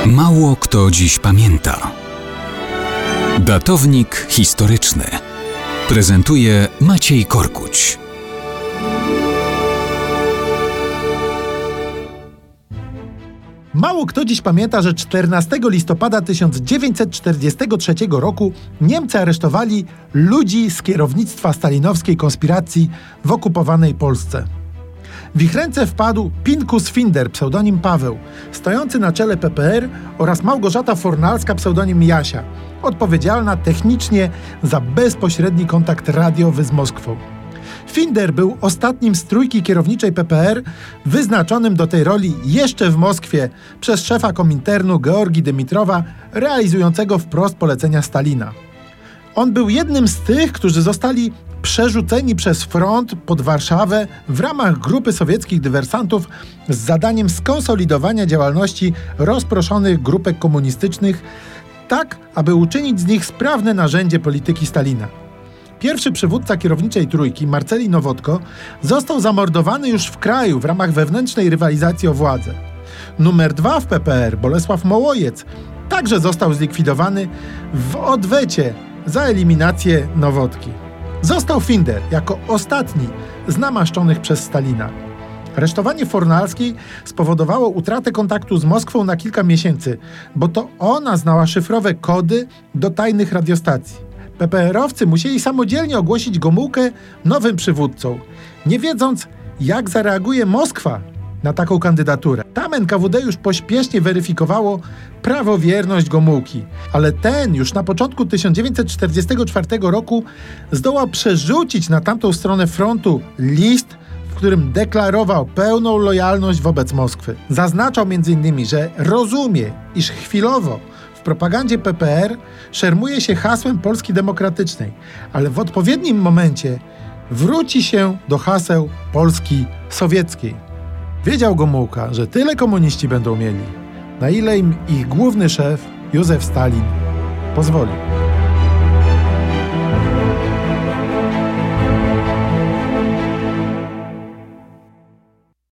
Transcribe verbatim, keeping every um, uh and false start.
Mało kto dziś pamięta. Datownik historyczny prezentuje Maciej Korkuć. Mało kto dziś pamięta, że czternastego listopada tysiąc dziewięćset czterdziestego trzeciego roku Niemcy aresztowali ludzi z kierownictwa stalinowskiej konspiracji w okupowanej Polsce. W ich ręce wpadł Pinkus Finder, pseudonim Paweł, stojący na czele P P R, oraz Małgorzata Fornalska, pseudonim Jasia, odpowiedzialna technicznie za bezpośredni kontakt radiowy z Moskwą. Finder był ostatnim z trójki kierowniczej P P R wyznaczonym do tej roli jeszcze w Moskwie przez szefa Kominternu Georgi Dymitrowa, realizującego wprost polecenia Stalina. On był jednym z tych, którzy zostali przerzuceni przez front pod Warszawę w ramach grupy sowieckich dywersantów z zadaniem skonsolidowania działalności rozproszonych grupek komunistycznych, tak aby uczynić z nich sprawne narzędzie polityki Stalina. Pierwszy przywódca kierowniczej trójki, Marceli Nowotko, został zamordowany już w kraju w ramach wewnętrznej rywalizacji o władzę. Numer dwa w P P R, Bolesław Mołojec, także został zlikwidowany w odwecie za eliminację Nowotki. Został Finder jako ostatni z namaszczonych przez Stalina. Aresztowanie Fornalskiej spowodowało utratę kontaktu z Moskwą na kilka miesięcy, bo to ona znała szyfrowe kody do tajnych radiostacji. P P R-owcy musieli samodzielnie ogłosić Gomułkę nowym przywódcą, nie wiedząc, jak zareaguje Moskwa na taką kandydaturę. Tam N K W D już pośpiesznie weryfikowało prawowierność Gomułki, ale ten już na początku tysiąc dziewięćset czterdziestego czwartego roku zdołał przerzucić na tamtą stronę frontu list, w którym deklarował pełną lojalność wobec Moskwy. Zaznaczał między innymi, że rozumie, iż chwilowo w propagandzie P P R szermuje się hasłem Polski Demokratycznej, ale w odpowiednim momencie wróci się do haseł Polski Sowieckiej. Wiedział Gomułka, że tyle komuniści będą mieli, na ile im ich główny szef Józef Stalin pozwoli.